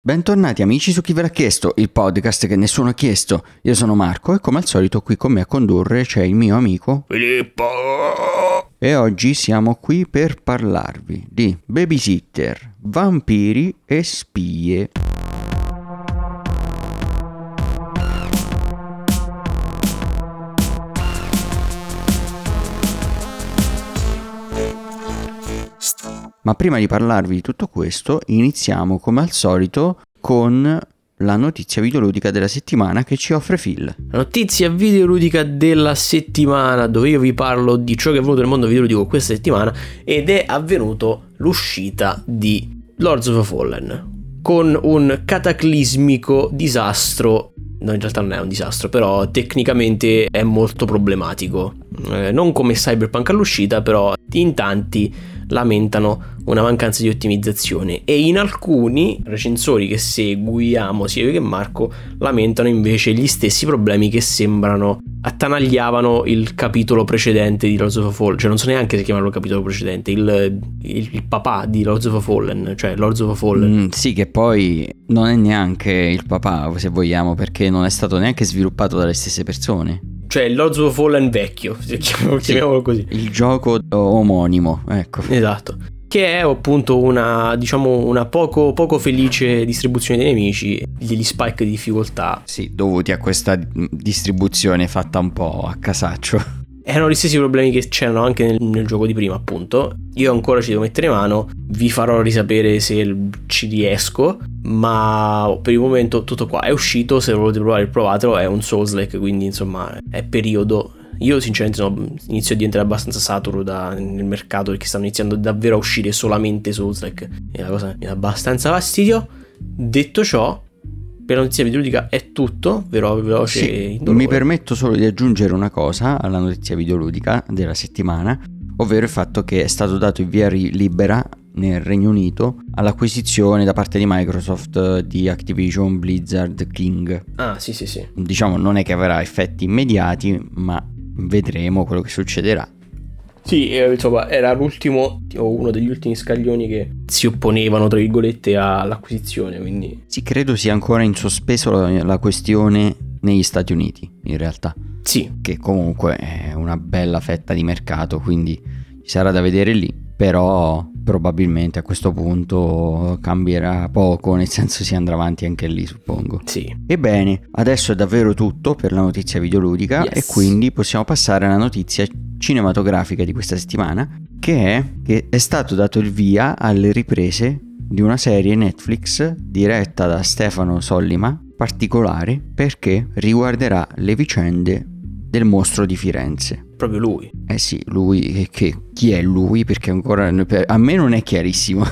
Bentornati amici su Chi ve l'ha chiesto, il podcast che nessuno ha chiesto. Io sono Marco e come al solito qui con me a condurre c'è il mio amico Filippo. E oggi siamo qui per parlarvi di babysitter, vampiri e spie. Ma prima di parlarvi di tutto questo, iniziamo come al solito con la notizia videoludica della settimana che ci offre Phil. La notizia videoludica della settimana, dove io vi parlo di ciò che è avvenuto nel mondo videoludico questa settimana, ed è avvenuto l'uscita di Lords of the Fallen con un cataclismico disastro. No, in realtà non è un disastro, però tecnicamente è molto problematico. Non come Cyberpunk all'uscita, però in tanti lamentano una mancanza di ottimizzazione e in alcuni recensori che seguiamo, sia io che Marco, lamentano invece gli stessi problemi che sembrano attanagliavano il capitolo precedente di Lords of the Fallen. Cioè non so neanche se chiamarlo capitolo precedente, il papà di Lords of the Fallen, cioè Lords of the Fallen. Sì, che poi non è neanche il papà, se vogliamo, perché non è stato neanche sviluppato dalle stesse persone. Cioè il Lords of the Fallen vecchio, chiamiamolo così. Il gioco omonimo, ecco. Esatto. Che è appunto una poco felice distribuzione dei nemici, degli spike di difficoltà. Sì, dovuti a questa distribuzione fatta un po' a casaccio. Erano gli stessi problemi che c'erano anche nel gioco di prima, appunto. Io ancora ci devo mettere mano, vi farò risapere se ci riesco, ma per il momento tutto qua. È uscito, se volete provare provatelo, è un Souls-like, quindi insomma è periodo. Io sinceramente inizio a diventare abbastanza saturo nel mercato, perché stanno iniziando davvero a uscire solamente Souls-like e la cosa mi dà abbastanza fastidio. Detto ciò, per la notizia videoludica è tutto, veloce e indolore. Mi permetto solo di aggiungere una cosa alla notizia videoludica della settimana, ovvero il fatto che è stato dato il via libera nel Regno Unito all'acquisizione da parte di Microsoft di Activision Blizzard King. Ah, sì. Diciamo non è che avrà effetti immediati, ma vedremo quello che succederà. Sì, insomma, era l'ultimo o uno degli ultimi scaglioni che si opponevano, tra virgolette, all'acquisizione, quindi... Sì, credo sia ancora in sospeso la questione negli Stati Uniti, in realtà. Sì. Che comunque è una bella fetta di mercato, quindi ci sarà da vedere lì, però probabilmente a questo punto cambierà poco, nel senso si andrà avanti anche lì, suppongo. Sì. Ebbene, adesso è davvero tutto per la notizia videoludica, yes. E quindi possiamo passare alla notizia cinematografica di questa settimana, che è stato dato il via alle riprese di una serie Netflix diretta da Stefano Sollima, particolare perché riguarderà le vicende del mostro di Firenze. Proprio lui. Eh sì, lui, chi è lui? Perché ancora a me non è chiarissimo.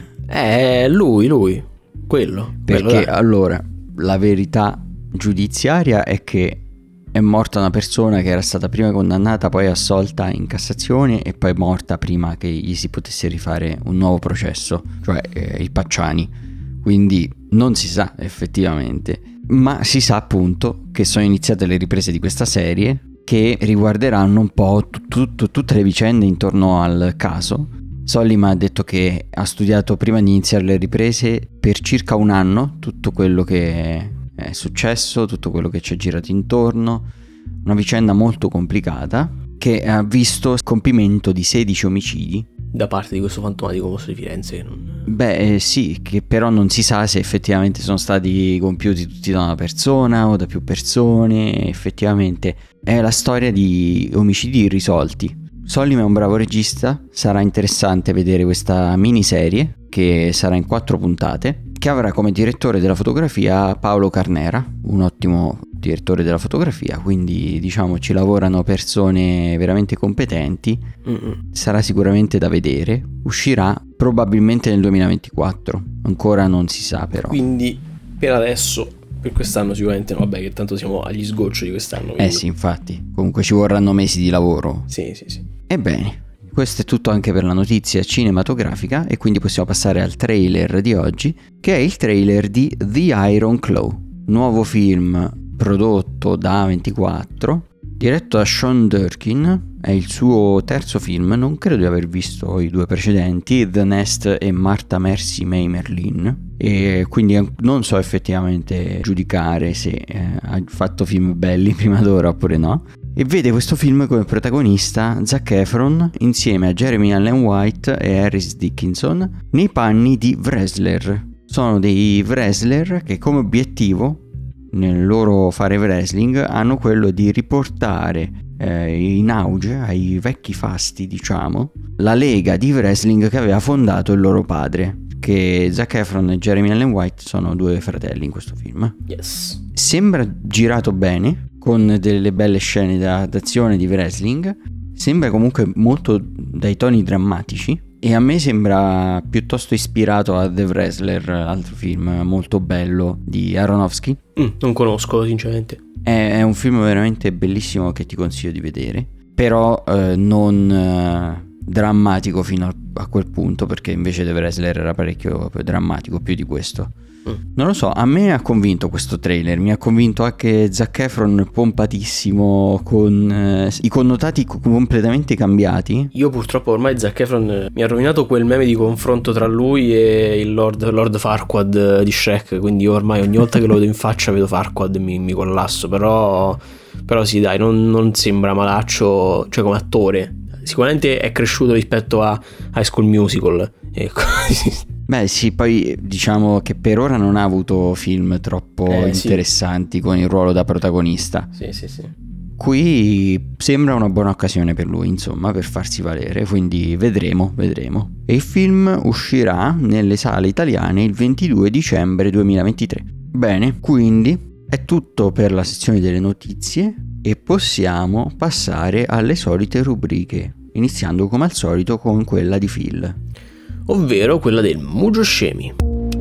Lui, quello. Perché allora, la verità giudiziaria è che è morta una persona che era stata prima condannata, poi assolta in Cassazione e poi morta prima che gli si potesse rifare un nuovo processo, cioè il Pacciani. Quindi non si sa effettivamente, ma si sa appunto che sono iniziate le riprese di questa serie che riguarderanno un po' tutte le vicende intorno al caso. Sollima ha detto che ha studiato prima di iniziare le riprese per circa un anno tutto quello che è successo, tutto quello che ci ha girato intorno, una vicenda molto complicata che ha visto compimento di 16 omicidi da parte di questo fantomatico mostro di Firenze. Sì, che però non si sa se effettivamente sono stati compiuti tutti da una persona o da più persone. Effettivamente è la storia di omicidi irrisolti. Sollima è un bravo regista, sarà interessante vedere questa miniserie che sarà in 4 puntate, che avrà come direttore della fotografia Paolo Carnera, un ottimo direttore della fotografia, quindi diciamo ci lavorano persone veramente competenti. Sarà sicuramente da vedere, uscirà probabilmente nel 2024, ancora non si sa però. Quindi per adesso, per quest'anno sicuramente no, vabbè che tanto siamo agli sgoccioli di quest'anno. Quindi... sì, infatti, comunque ci vorranno mesi di lavoro. Sì. Ebbene, questo è tutto anche per la notizia cinematografica e quindi possiamo passare al trailer di oggi, che è il trailer di The Iron Claw, nuovo film prodotto da A24, diretto da Sean Durkin è il suo terzo film, non credo di aver visto i due precedenti, The Nest e Martha Marcy May Merlin, e quindi non so effettivamente giudicare se ha fatto film belli prima d'ora oppure no. E vede questo film come protagonista Zac Efron insieme a Jeremy Allen White e Harris Dickinson nei panni di wrestler. Sono dei wrestler che come obiettivo nel loro fare wrestling hanno quello di riportare in auge ai vecchi fasti, diciamo, la lega di wrestling che aveva fondato il loro padre, che Zac Efron e Jeremy Allen White sono due fratelli in questo film. Yes. Sembra girato bene, con delle belle scene d'azione di wrestling, sembra comunque molto dai toni drammatici, e a me sembra piuttosto ispirato a The Wrestler, altro film molto bello di Aronofsky. Non conosco sinceramente. È un film veramente bellissimo che ti consiglio di vedere, però non drammatico fino a quel punto, perché invece The Wrestler era parecchio drammatico, più di questo. Non lo so, a me ha convinto questo trailer, mi ha convinto anche Zac Efron pompatissimo, con i connotati completamente cambiati. Io purtroppo ormai Zac Efron mi ha rovinato quel meme di confronto tra lui e il Lord Farquaad di Shrek, quindi io ormai ogni volta che lo vedo in faccia vedo Farquaad e mi collasso, però sì dai, non sembra malaccio, cioè come attore. Sicuramente è cresciuto rispetto a High School Musical, ecco. Beh sì, poi diciamo che per ora non ha avuto film troppo interessanti con il ruolo da protagonista. Sì. Qui sembra una buona occasione per lui, insomma, per farsi valere, quindi vedremo. E il film uscirà nelle sale italiane il 22 dicembre 2023. Bene, quindi è tutto per la sezione delle notizie e possiamo passare alle solite rubriche, iniziando come al solito con quella di Phil, ovvero quella del Mugio Scemi.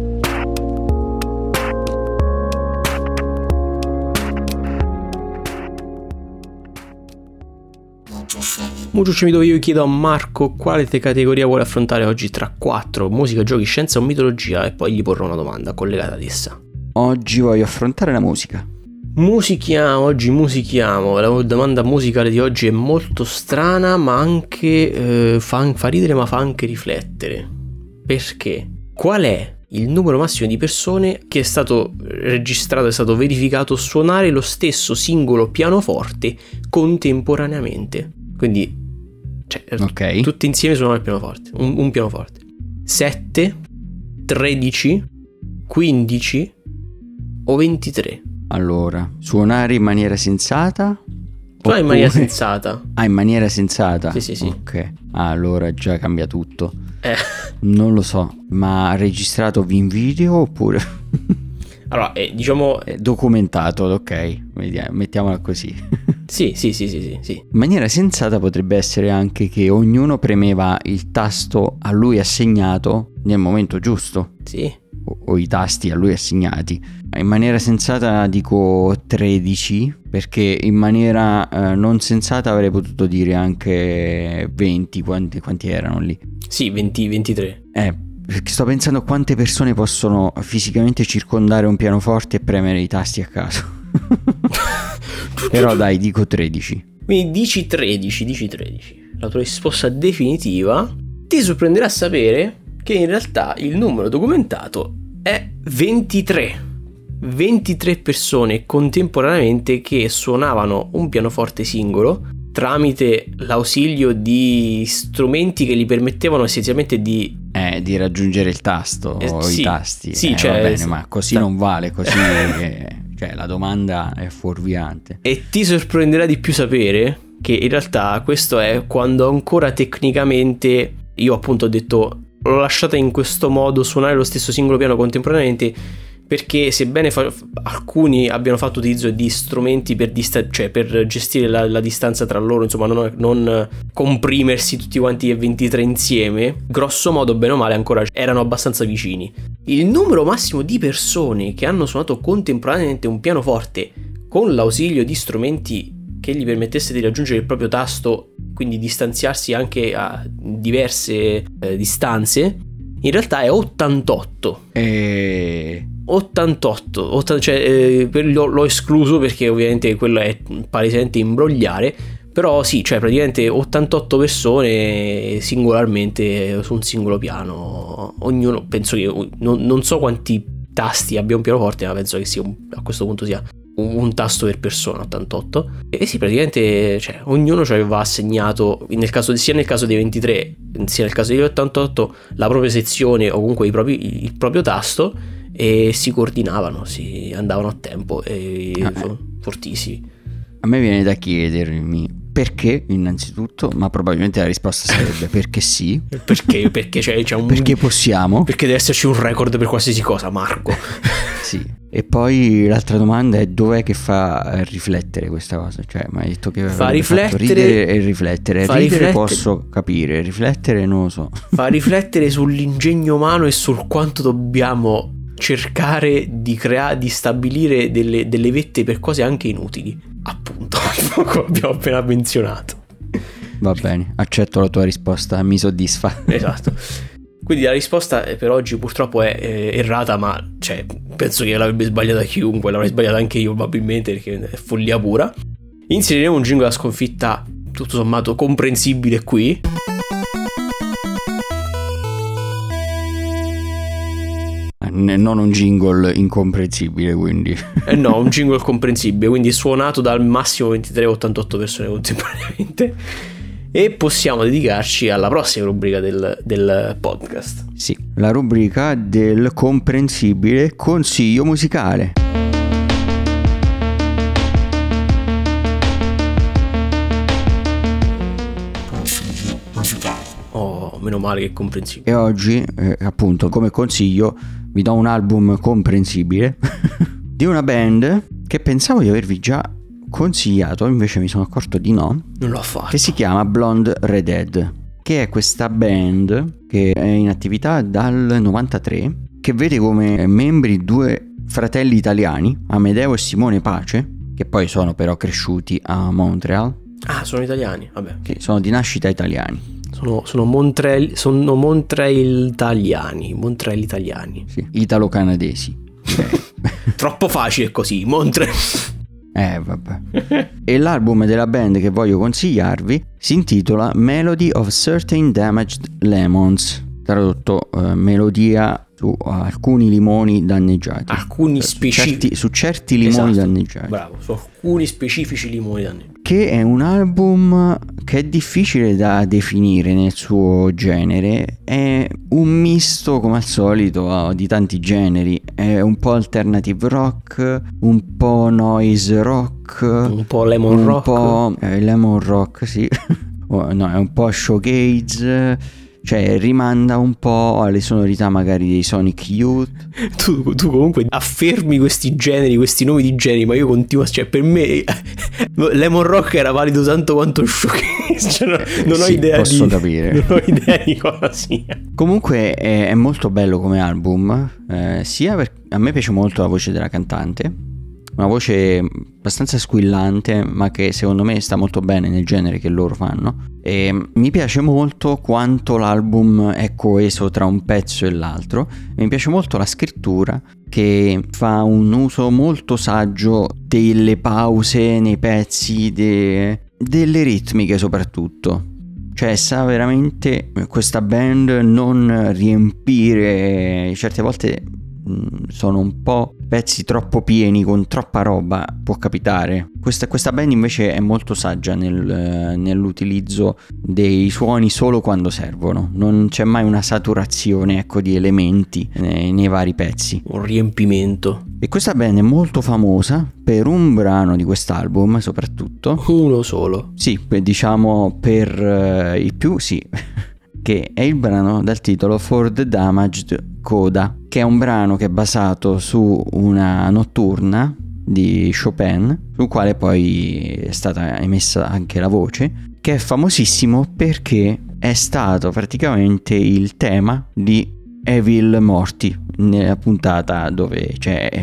Mugio Scemi, dove io chiedo a Marco quale categoria vuole affrontare oggi tra 4: musica, giochi, scienza o mitologia, e poi gli porrò una domanda collegata ad essa. Oggi voglio affrontare la musica. Oggi musichiamo. La domanda musicale di oggi è molto strana, ma anche fa ridere, ma fa anche riflettere. Perché? Qual è il numero massimo di persone che è stato registrato, è stato verificato suonare lo stesso singolo pianoforte contemporaneamente? Quindi, cioè, tutti insieme suonano il pianoforte, un pianoforte. 7, 13, 15 o 23? Allora, suonare in maniera sensata? Suonare in maniera sensata. Ah, in maniera sensata? Sì. Ok, allora già cambia tutto. Non lo so, ma registrato in video oppure... Allora, diciamo... documentato, ok, mettiamola così. Sì. In maniera sensata potrebbe essere anche che ognuno premeva il tasto a lui assegnato nel momento giusto. Sì. O i tasti a lui assegnati. In maniera sensata dico 13, perché in maniera non sensata avrei potuto dire anche 20, quanti erano lì? Sì, 23. Perché sto pensando a quante persone possono fisicamente circondare un pianoforte e premere i tasti a caso. Però dai, dico 13. Quindi dici 13. La tua risposta definitiva. Ti sorprenderà sapere che in realtà il numero documentato è 23. 23 persone contemporaneamente che suonavano un pianoforte singolo tramite l'ausilio di strumenti che gli permettevano essenzialmente di raggiungere il tasto o i tasti. Sì, va bene, ma così non vale, così cioè la domanda è fuorviante. E ti sorprenderà di più sapere che in realtà questo è quando ancora tecnicamente, io appunto ho detto, l'ho lasciata in questo modo, suonare lo stesso singolo piano contemporaneamente, perché sebbene alcuni abbiano fatto utilizzo di strumenti per gestire la distanza tra loro, insomma non comprimersi tutti quanti e 23 insieme, grosso modo bene o male ancora erano abbastanza vicini. Il numero massimo di persone che hanno suonato contemporaneamente un pianoforte con l'ausilio di strumenti che gli permettesse di raggiungere il proprio tasto, quindi distanziarsi anche a diverse distanze, in realtà è 88. 88, cioè l'ho escluso perché ovviamente quello è palesemente imbrogliare, Però sì, cioè praticamente 88 persone singolarmente su un singolo piano, ognuno, penso che non so quanti tasti abbia un pianoforte, ma penso che sia a questo punto sia un tasto per persona, 88. E sì, praticamente, cioè, ognuno ci aveva assegnato, sia nel caso dei 23 sia nel caso degli 88, la propria sezione o comunque il proprio tasto, e si coordinavano, si andavano a tempo, e fortissimi. A me viene da chiedermi perché, innanzitutto, ma probabilmente la risposta sarebbe perché sì. Perché c'è un... Perché possiamo. Perché deve esserci un record per qualsiasi cosa, Marco. Sì. E poi l'altra domanda è: dov'è che fa riflettere questa cosa? Cioè, mi hai detto che fa riflettere, ridere e riflettere. Ridere posso capire, riflettere non lo so. Fa riflettere sull'ingegno umano e sul quanto dobbiamo cercare di stabilire delle vette per cose anche inutili, appunto, come abbiamo appena menzionato. Va bene, accetto la tua risposta, mi soddisfa. Esatto. Quindi la risposta per oggi purtroppo è errata, ma cioè, penso che l'avrebbe sbagliata chiunque, l'avrei sbagliata anche io probabilmente, perché è follia pura. Inseriremo un jingle da sconfitta tutto sommato comprensibile qui. Non un jingle incomprensibile, quindi. No, un jingle comprensibile, quindi suonato dal massimo 23-88 persone contemporaneamente. E possiamo dedicarci alla prossima rubrica del podcast. Sì, la rubrica del comprensibile consiglio musicale. Oh, meno male che è comprensibile. E oggi, appunto, come consiglio vi do un album comprensibile di una band che pensavo di avervi già consigliato, invece mi sono accorto di no. Non l'ho fatto. Che si chiama Blonde Redhead, che è questa band che è in attività dal 93, che vede come membri due fratelli italiani, Amedeo e Simone Pace, che poi sono però cresciuti a Montreal. Ah, sono italiani, vabbè. Che sono di nascita italiani. Sono Montreal italiani. Sì, italo-canadesi. Troppo facile così, Montreal. Vabbè. E l'album della band che voglio consigliarvi si intitola Melody of Certain Damaged Lemons, tradotto melodia su alcuni limoni danneggiati. Alcuni specifici. Su certi limoni danneggiati. Bravo, su alcuni specifici limoni danneggiati. Che è un album che è difficile da definire nel suo genere. È un misto, come al solito, di tanti generi. È un po' alternative rock, un po' noise rock, un po' lemon rock. Un po' lemon rock, sì. No, è un po' showgaze. Cioè rimanda un po' alle sonorità magari dei Sonic Youth. Tu comunque affermi questi generi, questi nomi di generi, ma io continuo, cioè per me Lemon Rock era valido tanto quanto Showcase, cioè, non ho idea posso capire. Non ho idea di cosa sia. Comunque è molto bello come album, sia perché a me piace molto la voce della cantante, una voce abbastanza squillante, ma che secondo me sta molto bene nel genere che loro fanno. E mi piace molto quanto l'album è coeso tra un pezzo e l'altro. E mi piace molto la scrittura, che fa un uso molto saggio delle pause nei pezzi, delle ritmiche soprattutto. Cioè sa veramente questa band non riempire, certe volte sono un po' pezzi troppo pieni con troppa roba, può capitare. Questa band invece è molto saggia nell'utilizzo dei suoni solo quando servono, non c'è mai una saturazione, ecco, di elementi nei vari pezzi, un riempimento. E questa band è molto famosa per un brano di quest'album, soprattutto uno solo. Sì, diciamo per i più sì. Che è il brano dal titolo For the Damaged Coda, che è un brano che è basato su una notturna di Chopin, sul quale poi è stata emessa anche la voce, che è famosissimo perché è stato praticamente il tema di Evil Morty, nella puntata dove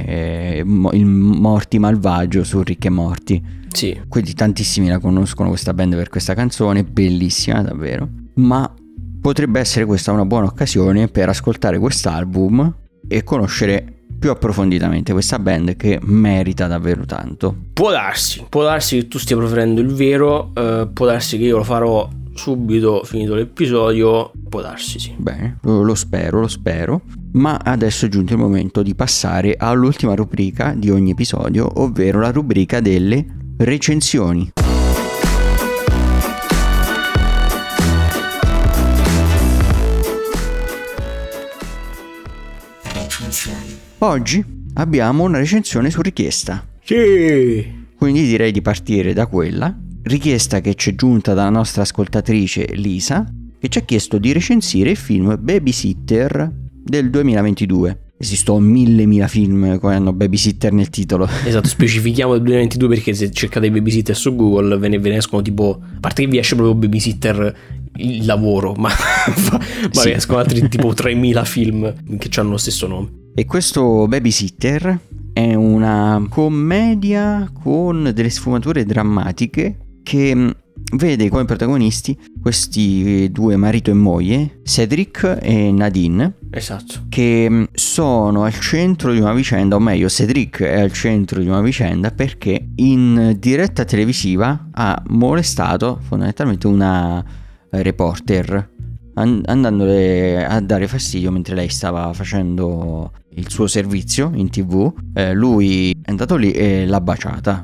c'è il Morty malvagio su Rick e Morty. Sì. Quindi tantissimi la conoscono questa band per questa canzone, bellissima davvero, ma potrebbe essere questa una buona occasione per ascoltare quest'album e conoscere più approfonditamente questa band che merita davvero tanto. Può darsi che tu stia preferendo il vero, può darsi che io lo farò subito finito l'episodio, può darsi, sì. Bene, lo spero, ma adesso è giunto il momento di passare all'ultima rubrica di ogni episodio, ovvero la rubrica delle recensioni. Oggi abbiamo una recensione su richiesta. Sì! Quindi direi di partire da quella richiesta che ci è giunta dalla nostra ascoltatrice Lisa, che ci ha chiesto di recensire il film Babysitter del 2022. Esistono mille film che hanno Babysitter nel titolo. Esatto, specifichiamo del 2022 perché se cercate Babysitter su Google ve ne escono tipo, a parte che vi esce proprio Babysitter il lavoro, ma Sì. escono altri tipo 3000 film che hanno lo stesso nome. E questo Babysitter è una commedia con delle sfumature drammatiche che vede come protagonisti questi due marito e moglie, Cedric e Nadine. Esatto. Che sono al centro di una vicenda, o meglio Cedric è al centro di una vicenda perché in diretta televisiva ha molestato fondamentalmente una reporter, andandole a dare fastidio mentre lei stava facendo il suo servizio in TV. Lui è andato lì e l'ha baciata,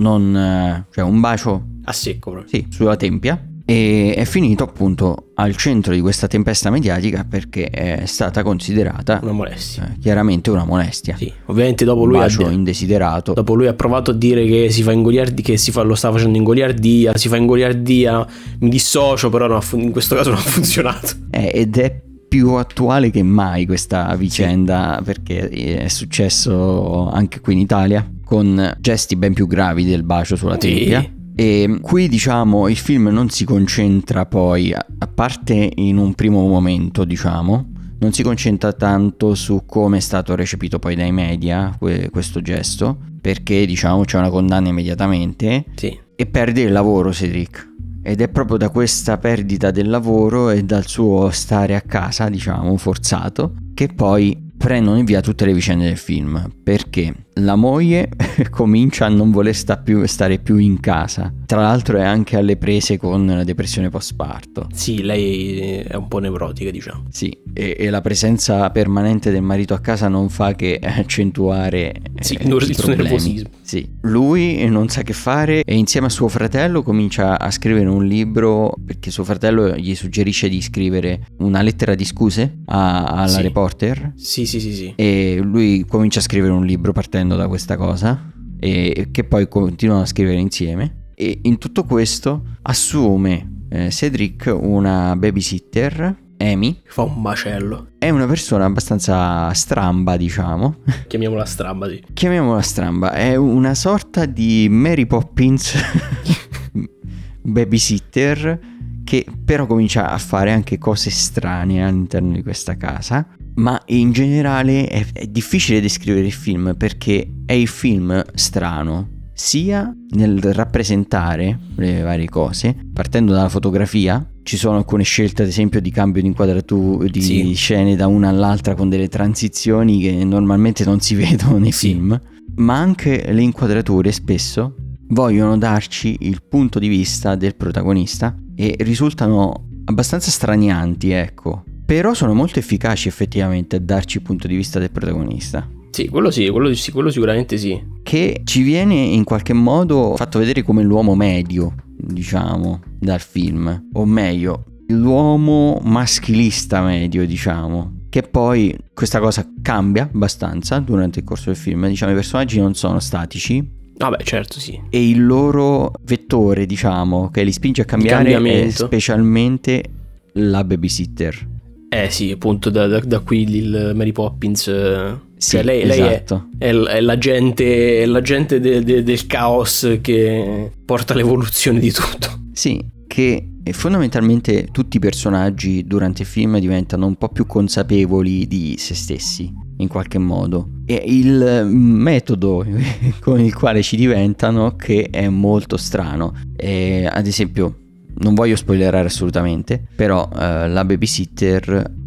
cioè un bacio A secco proprio. sì, sulla tempia, e è finito appunto al centro di questa tempesta mediatica perché è stata considerata Una molestia. chiaramente una molestia. Sì, ovviamente dopo Un lui bacio indesiderato. dopo lui ha provato a dire che si fa ingoliardia, che lo sta facendo ingoliardia, si fa ingoliardia, mi dissocio, però in questo caso non ha funzionato. Ed è più attuale che mai questa vicenda, perché è successo anche qui in Italia con gesti ben più gravi del bacio sulla tempia. E qui diciamo il film non si concentra poi, a parte in un primo momento diciamo, non si concentra tanto su come è stato recepito poi dai media questo gesto, perché diciamo c'è una condanna immediatamente. Sì. E perde il lavoro Cedric, ed è proprio da questa perdita del lavoro e dal suo stare a casa diciamo forzato che poi prendono in via tutte le vicende del film, perché la moglie comincia a non voler stare più in casa. Tra l'altro è anche alle prese con la depressione postparto. Sì, lei è un po' nevrotica, diciamo. Sì, e la presenza permanente del marito a casa non fa che accentuare Il suo problemi. nervosismo. Sì, lui non sa che fare e insieme a suo fratello comincia a scrivere un libro, perché suo fratello gli suggerisce di scrivere una lettera di scuse alla Sì. reporter. Sì. E lui comincia a scrivere un libro partendo da questa cosa, e che poi continuano a scrivere insieme. E in tutto questo assume Cedric una babysitter, Amy. Fa un macello. È una persona abbastanza stramba, diciamo. Chiamiamola stramba, sì. Chiamiamola stramba. È una sorta di Mary Poppins babysitter, che però comincia a fare anche cose strane all'interno di questa casa. Ma in generale è difficile descrivere il film, perché è il film strano sia nel rappresentare le varie cose, partendo dalla fotografia. Ci sono alcune scelte ad esempio di cambio di inquadratura, di Sì. scene da una all'altra con delle transizioni che normalmente non si vedono nei Sì. film, ma anche le inquadrature spesso vogliono darci il punto di vista del protagonista e risultano abbastanza stranianti, ecco. Però sono molto efficaci effettivamente a darci il punto di vista del protagonista, Sì, quello sicuramente sì. che ci viene in qualche modo fatto vedere come l'uomo medio, diciamo, dal film. O meglio, l'uomo maschilista medio, diciamo. Che poi questa cosa cambia abbastanza durante il corso del film. Diciamo, i personaggi non sono statici, Vabbè, certo, sì. e il loro vettore, diciamo, che li spinge a cambiare è cambiamento. specialmente la babysitter. Sì, appunto da qui il Mary Poppins. Sì, Cioè lei esatto. è l'agente del caos che porta all'evoluzione di tutto. Sì, che fondamentalmente tutti i personaggi durante il film diventano un po' più consapevoli di se stessi, in qualche modo. E il metodo con il quale ci diventano che è molto strano. Ad esempio, non voglio spoilerare assolutamente, però la babysitter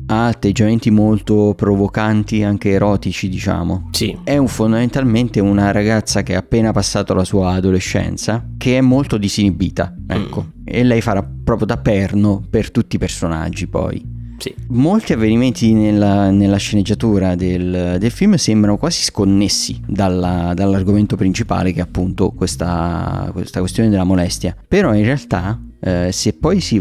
ha atteggiamenti molto provocanti, anche erotici, diciamo. Sì. È fondamentalmente una ragazza che ha appena passato la sua adolescenza, che è molto disinibita, ecco. E lei farà proprio da perno per tutti i personaggi poi. Sì. Molti avvenimenti nella sceneggiatura del film sembrano quasi sconnessi dall'argomento principale, che è appunto questa questione della molestia. Però in realtà se poi si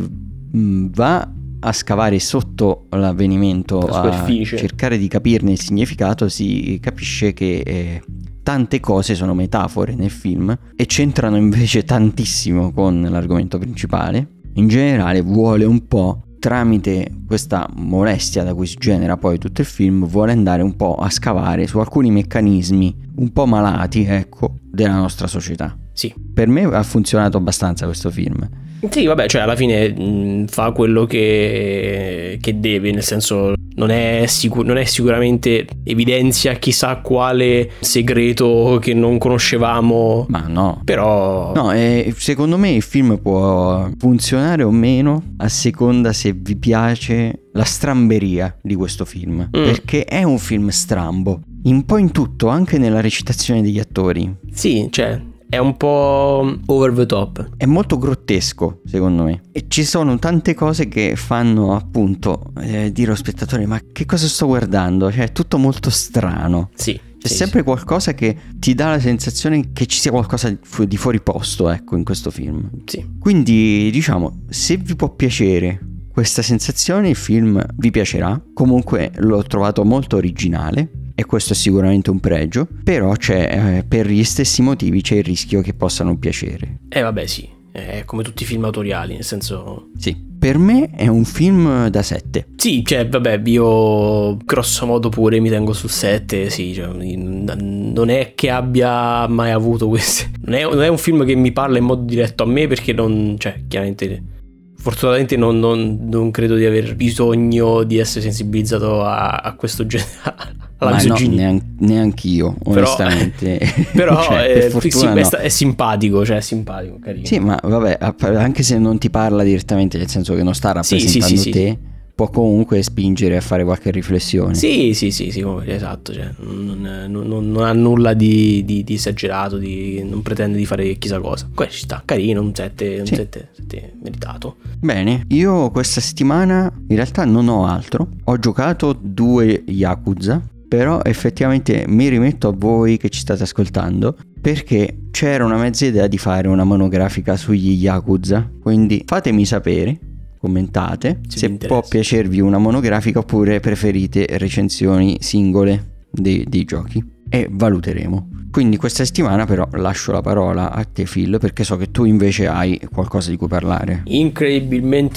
va a scavare sotto l'avvenimento, a cercare di capirne il significato, si capisce che tante cose sono metafore nel film e c'entrano invece tantissimo con l'argomento principale. In generale vuole un po', tramite questa molestia da cui si genera poi tutto il film, vuole andare un po' a scavare su alcuni meccanismi un po' malati, ecco, della nostra società. Sì. Per me ha funzionato abbastanza questo film. Sì, vabbè, cioè alla fine fa quello che deve, nel senso non è sicuramente evidenzia chissà quale segreto che non conoscevamo. Ma no. Però no, secondo me il film può funzionare o meno a seconda se vi piace la stramberia di questo film, perché è un film strambo, un po' in tutto, anche nella recitazione degli attori. Sì, cioè è un po' over the top. È molto grottesco, secondo me. E ci sono tante cose che fanno appunto dire allo spettatore: ma che cosa sto guardando? Cioè è tutto molto strano. Sì. C'è sempre qualcosa che ti dà la sensazione che ci sia qualcosa di fuori posto, ecco, in questo film. Sì. Quindi diciamo, se vi può piacere questa sensazione, il film vi piacerà. Comunque l'ho trovato molto originale e questo è sicuramente un pregio, però c'è per gli stessi motivi c'è il rischio che possa non piacere. Vabbè, sì, è come tutti i film autoriali, nel senso. Sì, per me è un film da 7. Sì, cioè vabbè, io grosso modo pure mi tengo sul 7, sì, cioè, non è che abbia mai avuto queste. Non è un film che mi parla in modo diretto a me, perché non, cioè, chiaramente fortunatamente non credo di aver bisogno di essere sensibilizzato a questo genere. Ma no, neanch'io, onestamente. Però cioè, sì, no. È simpatico, cioè è simpatico, carino. Sì, ma vabbè, anche se non ti parla direttamente, nel senso che non sta rappresentando te, può comunque spingere a fare qualche riflessione. Sì, esatto, cioè, non ha nulla di esagerato, non pretende di fare chissà cosa. Questo ci sta, carino, un 7 meritato. Bene, io questa settimana in realtà non ho altro. Ho giocato 2 Yakuza, però effettivamente mi rimetto a voi che ci state ascoltando, perché c'era una mezza idea di fare una monografica sugli Yakuza, quindi fatemi sapere, commentate se può piacervi una monografica oppure preferite recensioni singole dei giochi e valuteremo. Quindi questa settimana però lascio la parola a te, Phil, perché so che tu invece hai qualcosa di cui parlare. Incredibilmente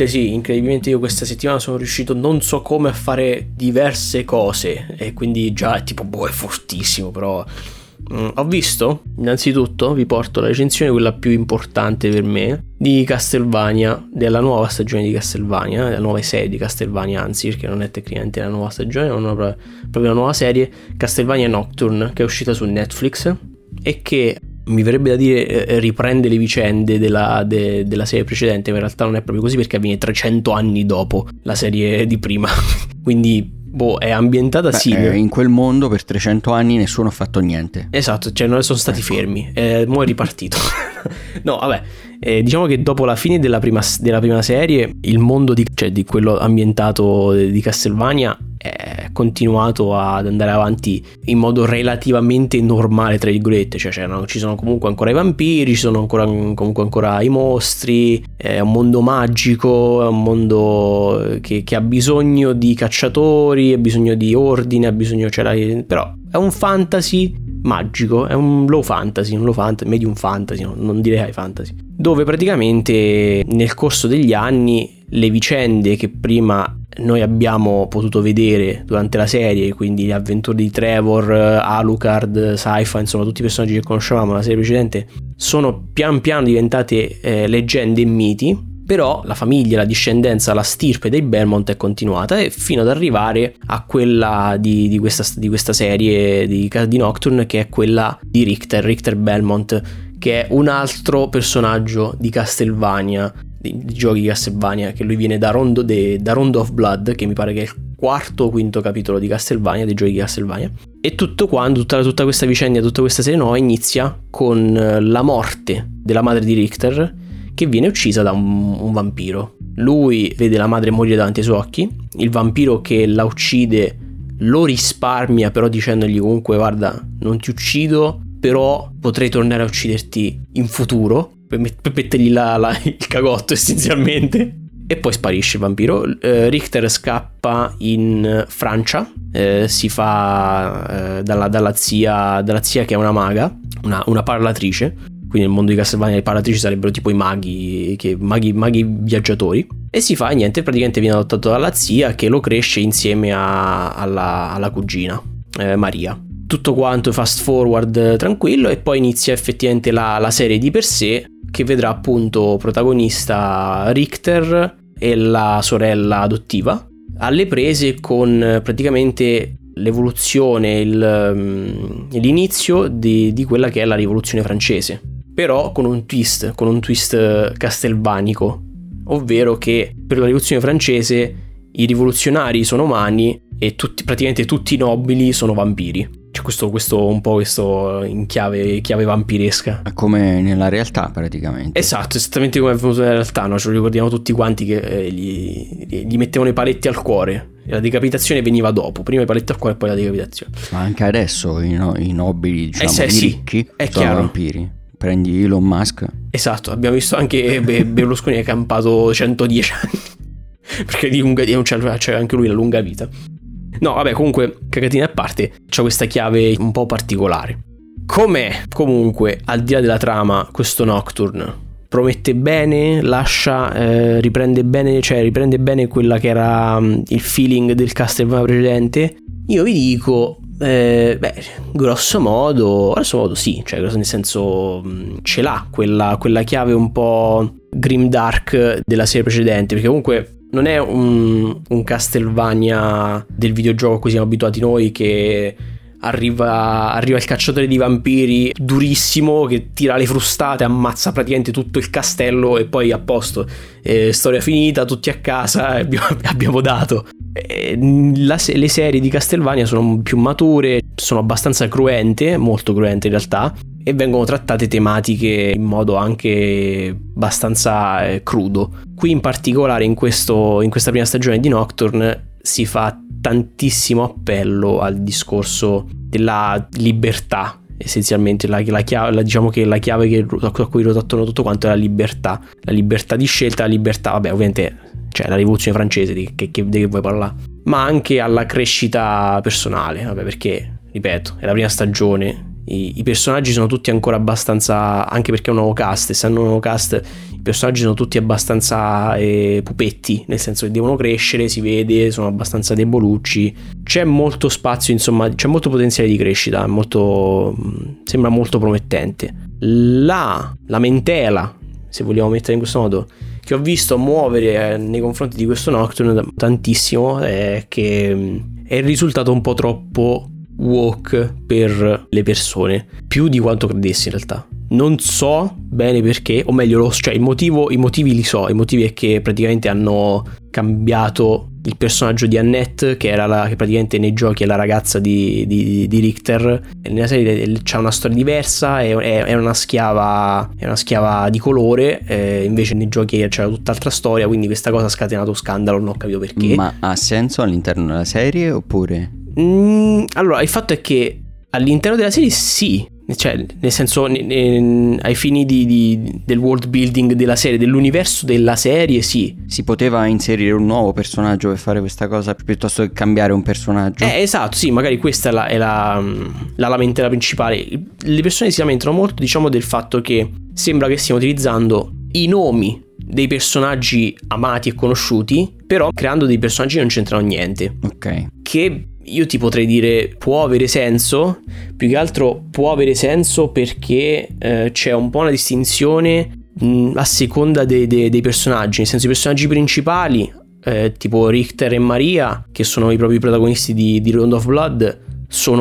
io questa settimana sono riuscito non so come a fare diverse cose e quindi già è tipo è fortissimo, però ho visto, innanzitutto vi porto la recensione, quella più importante per me, di Castlevania, della nuova stagione di Castlevania, della nuova serie di Castlevania, anzi, perché non è tecnicamente la nuova stagione, ma proprio una nuova serie, Castlevania Nocturne, che è uscita su Netflix e che mi verrebbe da dire riprende le vicende della serie precedente, ma in realtà non è proprio così, perché avviene 300 anni dopo la serie di prima. Quindi è ambientata in quel mondo per 300 anni nessuno ha fatto niente. Esatto, cioè non sono stati fermi, mo' è ripartito. No, vabbè, diciamo che dopo la fine della prima serie, il mondo di quello ambientato di Castlevania è continuato ad andare avanti in modo relativamente normale, tra virgolette, cioè ci sono comunque ancora i vampiri, ci sono comunque ancora i mostri, è un mondo magico, è un mondo che ha bisogno di cacciatori, ha bisogno di ordine, ha bisogno, però è un fantasy magico, è un low fantasy, medium fantasy, non direi high fantasy, dove praticamente nel corso degli anni le vicende che prima noi abbiamo potuto vedere durante la serie, quindi le avventure di Trevor, Alucard, Sypha, insomma tutti i personaggi che conoscevamo nella serie precedente, sono pian piano diventate leggende e miti. Però la famiglia, la discendenza, la stirpe dei Belmont è continuata, e fino ad arrivare a quella di questa serie di Nocturne, che è quella di Richter Belmont, che è un altro personaggio di Castlevania, di giochi di Castlevania, che lui viene da Rondo of Blood, che mi pare che è il quarto o quinto capitolo di Castlevania, dei giochi di Castlevania. E tutto quanto, tutta questa vicenda, tutta questa serie nuova inizia con la morte della madre di Richter, che viene uccisa da un vampiro. Lui vede la madre morire davanti ai suoi occhi, il vampiro che la uccide lo risparmia, però dicendogli comunque: guarda, non ti uccido, però potrei tornare a ucciderti in futuro, per mettergli il cagotto essenzialmente. E poi sparisce il vampiro. Richter scappa in Francia, si fa dalla zia che è una maga, una parlatrice. Quindi nel mondo di Castlevania le parlatrici sarebbero tipo i maghi viaggiatori. E si fa niente, praticamente viene adottato dalla zia, che lo cresce insieme alla cugina, Maria. Tutto quanto fast forward tranquillo, e poi inizia effettivamente la serie di per sé, che vedrà appunto protagonista Richter e la sorella adottiva, alle prese con praticamente l'evoluzione, l'inizio di quella che è la rivoluzione francese, però con un twist castelvanico, ovvero che per la rivoluzione francese i rivoluzionari sono umani e praticamente tutti i nobili sono vampiri. C'è questo in chiave vampiresca, come nella realtà praticamente. Esatto, esattamente come è venuto nella realtà, no? Ce lo ricordiamo tutti quanti che gli mettevano i paletti al cuore. La decapitazione veniva dopo, prima i paletti al cuore e poi la decapitazione. Ma anche adesso i nobili, diciamo, i ricchi sono chiaro. vampiri. Prendi Elon Musk. Esatto, abbiamo visto anche Berlusconi è campato 110 anni perché c'è anche lui la lunga vita. No, vabbè, comunque, cagatine a parte, c'è questa chiave un po' particolare. Com'è, comunque, al di là della trama, questo Nocturne? Promette bene, riprende bene quella che era il feeling del Castlevania precedente? Io vi dico, grosso modo sì, cioè nel senso ce l'ha quella chiave un po' grimdark della serie precedente, perché comunque non è un Castlevania del videogioco a cui siamo abituati noi, che arriva il cacciatore di vampiri durissimo che tira le frustate, ammazza praticamente tutto il castello e poi a posto, storia finita, tutti a casa, abbiamo dato. Le serie di Castlevania sono più mature, sono abbastanza cruente, molto cruente in realtà, e vengono trattate tematiche in modo anche abbastanza crudo. Qui in particolare in questa prima stagione di Nocturne si fa tantissimo appello al discorso della libertà. Essenzialmente diciamo che la chiave a cui ruota attorno tutto quanto è la libertà di scelta, la libertà, vabbè, ovviamente c'è la rivoluzione francese di che vuoi parlare, ma anche alla crescita personale, vabbè, perché ripeto, è la prima stagione, i personaggi sono tutti ancora abbastanza, anche perché è un nuovo cast, essendo un nuovo cast i personaggi sono tutti abbastanza pupetti, nel senso che devono crescere, si vede, sono abbastanza debolucci, c'è molto spazio, insomma c'è molto potenziale di crescita, sembra molto promettente. La lamentela, se vogliamo mettere in questo modo, che ho visto muovere nei confronti di questo Nocturne tantissimo, è che è il risultato un po' troppo woke per le persone, più di quanto credessi in realtà. Non so bene perché, o meglio, i motivi li so. I motivi è che praticamente hanno cambiato il personaggio di Annette, che era che praticamente nei giochi è la ragazza di Richter, e nella serie c'ha una storia diversa, è una schiava di colore, invece nei giochi c'era tutt'altra storia, quindi questa cosa ha scatenato scandalo, non ho capito perché. Ma ha senso all'interno della serie oppure? Allora, il fatto è che all'interno della serie sì, cioè nel senso ai fini del world building della serie, dell'universo della serie, sì. Si poteva inserire un nuovo personaggio per fare questa cosa piuttosto che cambiare un personaggio. Esatto, sì, magari questa è la lamentela principale. Le persone si lamentano molto, diciamo, del fatto che sembra che stiamo utilizzando i nomi dei personaggi amati e conosciuti, però creando dei personaggi che non c'entrano niente. Ok. Che io ti potrei dire può avere senso, più che altro può avere senso perché c'è un po' una distinzione a seconda dei personaggi, nel senso i personaggi principali tipo Richter e Maria, che sono i propri protagonisti di Round of Blood, sono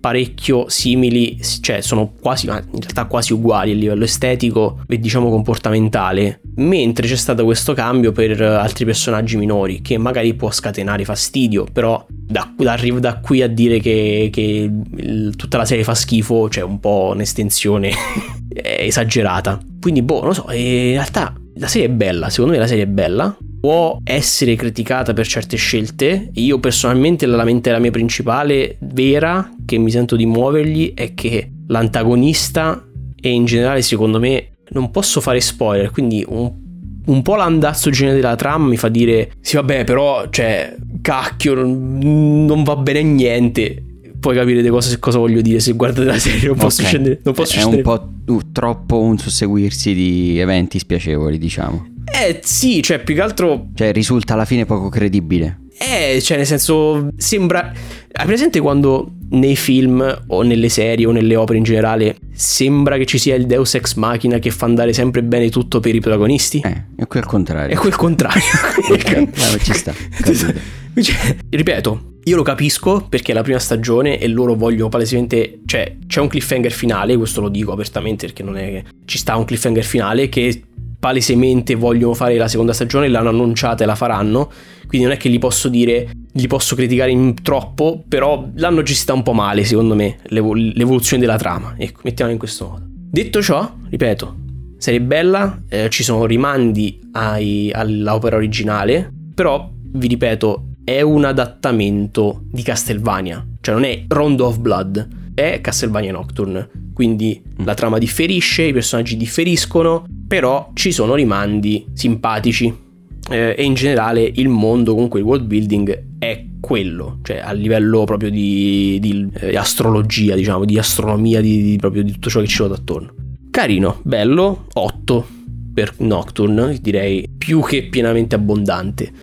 parecchio simili, cioè sono quasi, in realtà quasi uguali a livello estetico e diciamo comportamentale, mentre c'è stato questo cambio per altri personaggi minori che magari può scatenare fastidio, però da qui a dire che tutta la serie fa schifo c'è un po' un'estensione esagerata. Quindi non lo so, in realtà la serie è bella, secondo me la serie è bella, può essere criticata per certe scelte. Io personalmente la lamentela mia principale vera che mi sento di muovergli è che l'antagonista, e in generale secondo me, non posso fare spoiler, quindi un po' l'andazzo generale della trama mi fa dire sì vabbè però cioè cacchio non va bene niente. Puoi capire cosa voglio dire se guardate la serie. Non posso scendere. È un po' troppo un susseguirsi di eventi spiacevoli, diciamo. Sì, cioè più che altro, cioè risulta alla fine poco credibile. Cioè nel senso, sembra, hai presente quando nei film o nelle serie o nelle opere in generale sembra che ci sia il Deus Ex Machina che fa andare sempre bene tutto per i protagonisti? È quel contrario. È quel contrario. Ci sta. Cioè, ripeto, io lo capisco perché è la prima stagione e loro vogliono palesemente, cioè c'è un cliffhanger finale, questo lo dico apertamente perché non è che ci sta un cliffhanger finale che palesemente vogliono fare la seconda stagione, l'hanno annunciata e la faranno, quindi non è che li posso criticare in troppo, però l'hanno gestita un po' male secondo me l'evoluzione della trama, ecco, mettiamola in questo modo. Detto ciò, ripeto, serie bella, ci sono rimandi all'opera originale, però vi ripeto è un adattamento di Castlevania, cioè non è Rondo of Blood, è Castlevania Nocturne, quindi la trama differisce, i personaggi differiscono, però ci sono rimandi simpatici e in generale il mondo, comunque il world building è quello, cioè a livello proprio di astrologia, diciamo, di astronomia, proprio di tutto ciò che ci ruota attorno. Carino, bello, 8 per Nocturne, direi più che pienamente abbondante.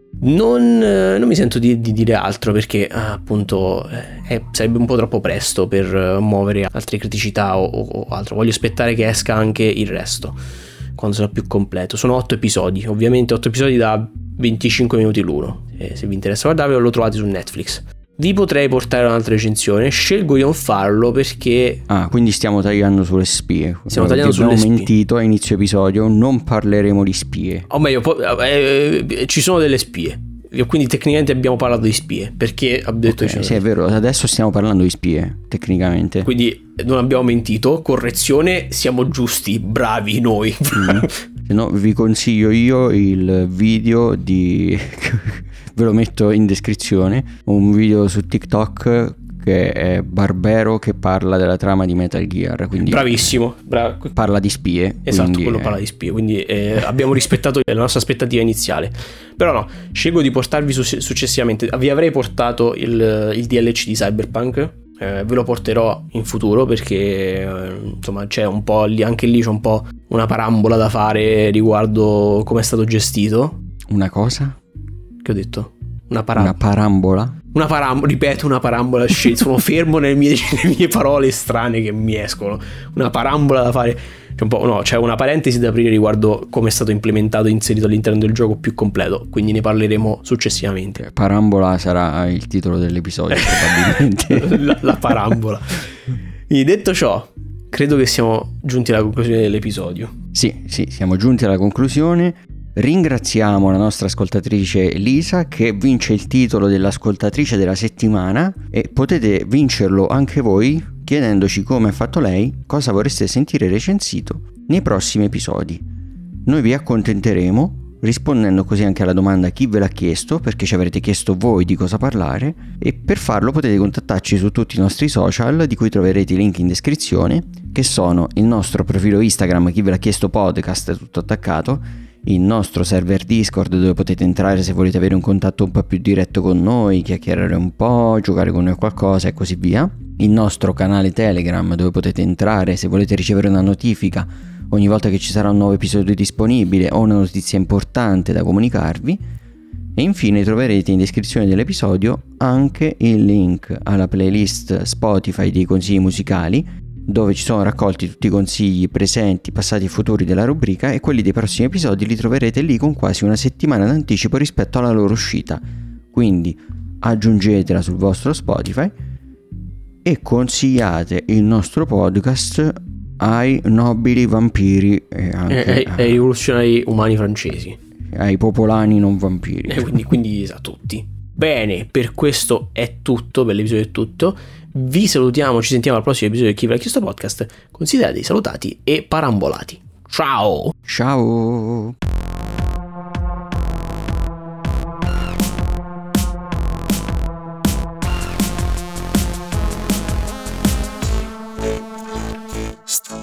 Non mi sento di dire altro perché appunto sarebbe un po' troppo presto per muovere altre criticità o altro. Voglio aspettare che esca anche il resto quando sarà più completo. Sono 8 episodi, ovviamente 8 episodi da 25 minuti l'uno, se vi interessa guardarvelo lo trovate su Netflix. Vi potrei portare un'altra recensione, scelgo di non farlo perché quindi stiamo tagliando sulle spie. Stiamo tagliando sulle spie. Abbiamo mentito a inizio episodio, non parleremo di spie. O meglio, ci sono delle spie, quindi tecnicamente abbiamo parlato di spie perché ho detto sì, è vero, adesso stiamo parlando di spie tecnicamente, quindi non abbiamo mentito, correzione, siamo giusti, bravi noi. Se no vi consiglio io il video ve lo metto in descrizione, un video su TikTok che è Barbero che parla della trama di Metal Gear, quindi bravissimo, parla di spie, esatto, quindi, quello parla di spie, quindi abbiamo rispettato la nostra aspettativa iniziale, però no, scelgo di portarvi successivamente, vi avrei portato il DLC di Cyberpunk, ve lo porterò in futuro perché insomma c'è un po' lì, anche lì c'è un po' una parambola da fare riguardo come è stato gestito. Una cosa? Che ho detto? Una parambola? Una parambola, ripeto, una parambola, sono fermo nelle mie parole strane che mi escono. Una parambola da fare, c'è una parentesi da aprire riguardo come è stato implementato e inserito all'interno del gioco più completo, quindi ne parleremo successivamente. Parambola sarà il titolo dell'episodio probabilmente. la parambola. Quindi detto ciò, credo che siamo giunti alla conclusione dell'episodio. Sì, siamo giunti alla conclusione. Ringraziamo la nostra ascoltatrice Lisa che vince il titolo dell'ascoltatrice della settimana e potete vincerlo anche voi chiedendoci come ha fatto lei, cosa vorreste sentire recensito nei prossimi episodi. Noi vi accontenteremo rispondendo così anche alla domanda chi ve l'ha chiesto, perché ci avrete chiesto voi di cosa parlare, e per farlo potete contattarci su tutti i nostri social di cui troverete i link in descrizione, che sono il nostro profilo Instagram chi ve l'ha chiesto podcast tutto attaccato, il nostro server Discord dove potete entrare se volete avere un contatto un po' più diretto con noi, chiacchierare un po', giocare con noi a qualcosa e così via, il nostro canale Telegram dove potete entrare se volete ricevere una notifica ogni volta che ci sarà un nuovo episodio disponibile o una notizia importante da comunicarvi, e infine troverete in descrizione dell'episodio anche il link alla playlist Spotify dei consigli musicali, dove ci sono raccolti tutti i consigli presenti, passati e futuri della rubrica, e quelli dei prossimi episodi li troverete lì con quasi una settimana d'anticipo rispetto alla loro uscita, quindi aggiungetela sul vostro Spotify e consigliate il nostro podcast ai nobili vampiri e anche ai rivoluzionari umani francesi, ai popolani non vampiri. quindi a tutti. Bene, per questo è tutto, per l'episodio è tutto. Vi salutiamo, ci sentiamo al prossimo episodio di Chi ve l'ha chiesto podcast. Considerati salutati e parambolati. Ciao! Ciao! Stop.